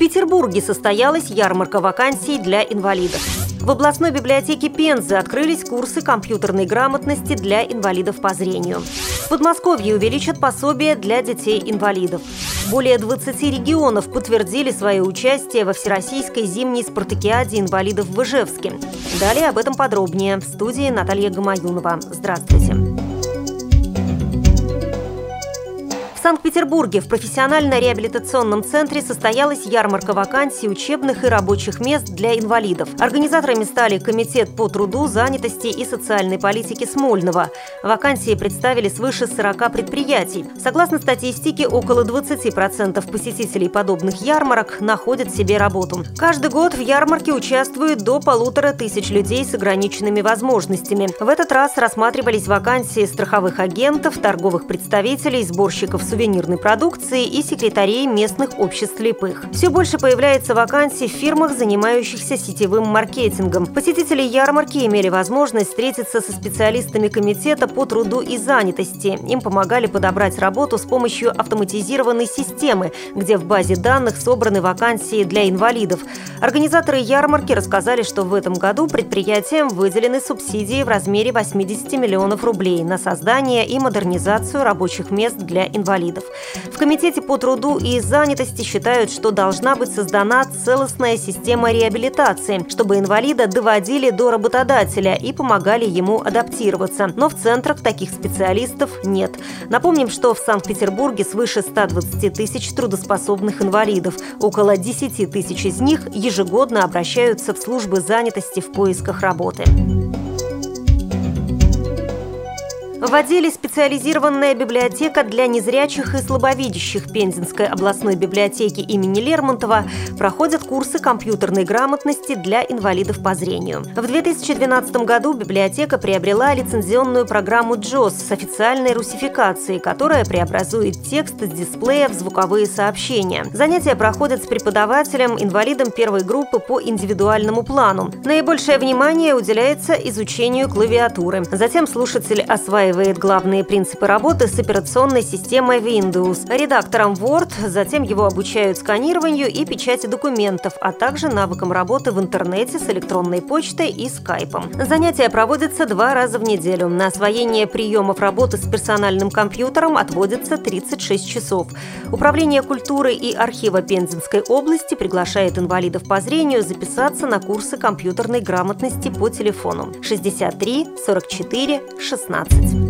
Петербурге состоялась ярмарка вакансий для инвалидов. В областной библиотеке Пензы открылись курсы компьютерной грамотности для инвалидов по зрению. В Подмосковье увеличат пособие для детей-инвалидов. Более 20 регионов подтвердили свое участие во Всероссийской зимней спартакиаде инвалидов в Ижевске. Далее об этом подробнее. В студии Наталья Гамаюнова. Здравствуйте. В Санкт-Петербурге в профессионально-реабилитационном центре состоялась ярмарка вакансий учебных и рабочих мест для инвалидов. Организаторами стали Комитет по труду, занятости и социальной политике Смольного. Вакансии представили свыше 40 предприятий. Согласно статистике, около 20% посетителей подобных ярмарок находят себе работу. Каждый год в ярмарке участвует до 1500 людей с ограниченными возможностями. В этот раз рассматривались вакансии страховых агентов, торговых представителей, сборщиков сувенирной продукции и секретарей местных обществ слепых. Все больше появляется вакансий в фирмах, занимающихся сетевым маркетингом. Посетители ярмарки имели возможность встретиться со специалистами Комитета по труду и занятости. Им помогали подобрать работу с помощью автоматизированной системы, где в базе данных собраны вакансии для инвалидов. Организаторы ярмарки рассказали, что в этом году предприятиям выделены субсидии в размере 80 миллионов рублей на создание и модернизацию рабочих мест для инвалидов. В Комитете по труду и занятости считают, что должна быть создана целостная система реабилитации, чтобы инвалида доводили до работодателя и помогали ему адаптироваться. Но в центрах таких специалистов нет. Напомним, что в Санкт-Петербурге свыше 120 тысяч трудоспособных инвалидов. Около 10 тысяч из них ежегодно обращаются в службы занятости в поисках работы. В отделе «Специализированная библиотека для незрячих и слабовидящих» Пензенской областной библиотеки имени Лермонтова проходят курсы компьютерной грамотности для инвалидов по зрению. В 2012 году библиотека приобрела лицензионную программу JAWS с официальной русификацией, которая преобразует текст с дисплея в звуковые сообщения. Занятия проходят с преподавателем, инвалидом первой группы по индивидуальному плану. Наибольшее внимание уделяется изучению клавиатуры. Затем слушатель осваивает главные принципы работы с операционной системой Windows, редактором Word, затем его обучают сканированию и печати документов, а также навыкам работы в интернете с электронной почтой и скайпом. Занятия проводятся 2 раза в неделю. На освоение приемов работы с персональным компьютером отводится 36 часов. Управление культуры и архива Пензенской области приглашает инвалидов по зрению записаться на курсы компьютерной грамотности по телефону 63 44 16.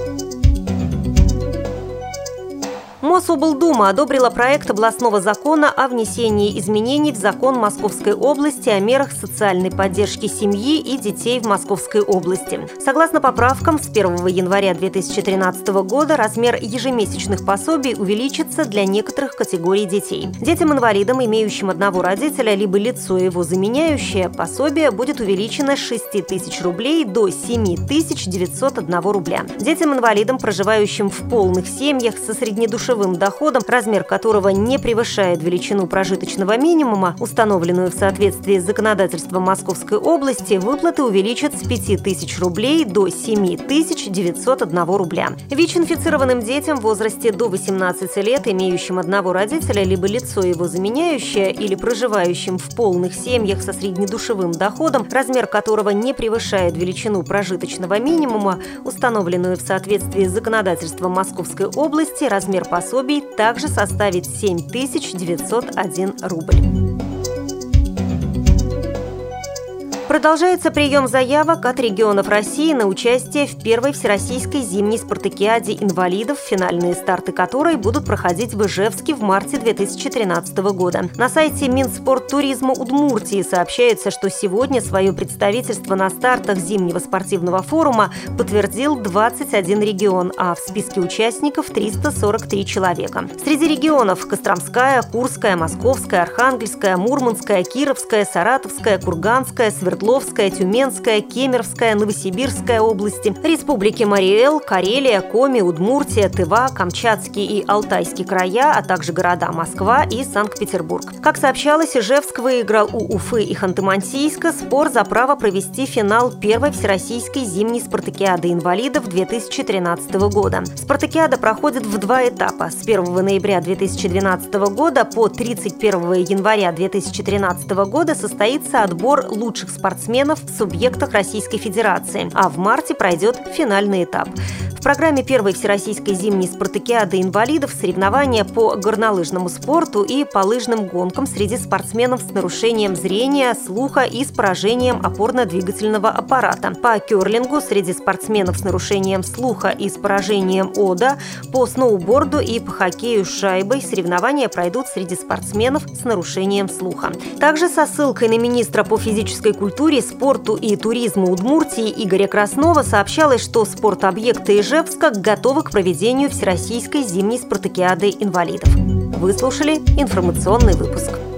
Мособлдума одобрила проект областного закона о внесении изменений в закон Московской области о мерах социальной поддержки семьи и детей в Московской области. Согласно поправкам, с 1 января 2013 года размер ежемесячных пособий увеличится для некоторых категорий детей. Детям-инвалидам, имеющим одного родителя, либо лицо его заменяющее, пособие будет увеличено с 6 тысяч рублей до 7 901 рубля. Детям-инвалидам, проживающим в полных семьях со среднедушевым доходом, размер которого не превышает величину прожиточного минимума, установленную в соответствии с законодательством Московской области, выплаты увеличат с 5 тысяч рублей до 7 901 рубля. ВИЧ-инфицированным детям в возрасте до 18 лет, имеющим одного родителя, либо лицо его заменяющее, или проживающим в полных семьях со среднедушевым доходом, размер которого не превышает величину прожиточного минимума, установленную в соответствии с законодательством Московской области, размер пособий также составит 7 901 рубль. Продолжается прием заявок от регионов России на участие в первой Всероссийской зимней спартакиаде инвалидов, финальные старты которой будут проходить в Ижевске в марте 2013 года. На сайте Минспорттуризма Удмуртии сообщается, что сегодня свое представительство на стартах зимнего спортивного форума подтвердил 21 регион, а в списке участников 343 человека. Среди регионов – Костромская, Курская, Московская, Архангельская, Мурманская, Кировская, Саратовская, Курганская, Свердловская, Свердловская, Тюменская, Кемеровская, Новосибирская области, республики Марий-Эл, Карелия, Коми, Удмуртия, Тыва, Камчатский и Алтайский края, а также города Москва и Санкт-Петербург. Как сообщалось, Ижевск выиграл у Уфы и Ханты-Мансийска спор за право провести финал первой всероссийской зимней спартакиады инвалидов 2013 года. Спартакиада проходит в два этапа. С 1 ноября 2012 года по 31 января 2013 года состоится отбор лучших спортсменов в субъектах Российской Федерации, а в марте пройдет финальный этап. В программе первой всероссийской зимней спартакиады инвалидов соревнования по горнолыжному спорту и по лыжным гонкам среди спортсменов с нарушением зрения, слуха и с поражением опорно-двигательного аппарата, по керлингу среди спортсменов с нарушением слуха и с поражением ода, по сноуборду и по хоккею с шайбой соревнования пройдут среди спортсменов с нарушением слуха. Также со ссылкой на министра по физической культуре, спорту и туризму Удмуртии Игоря Краснова сообщалось, что спортобъекты Ижевска готовы к проведению всероссийской зимней спартакиады инвалидов. Вы слушали информационный выпуск.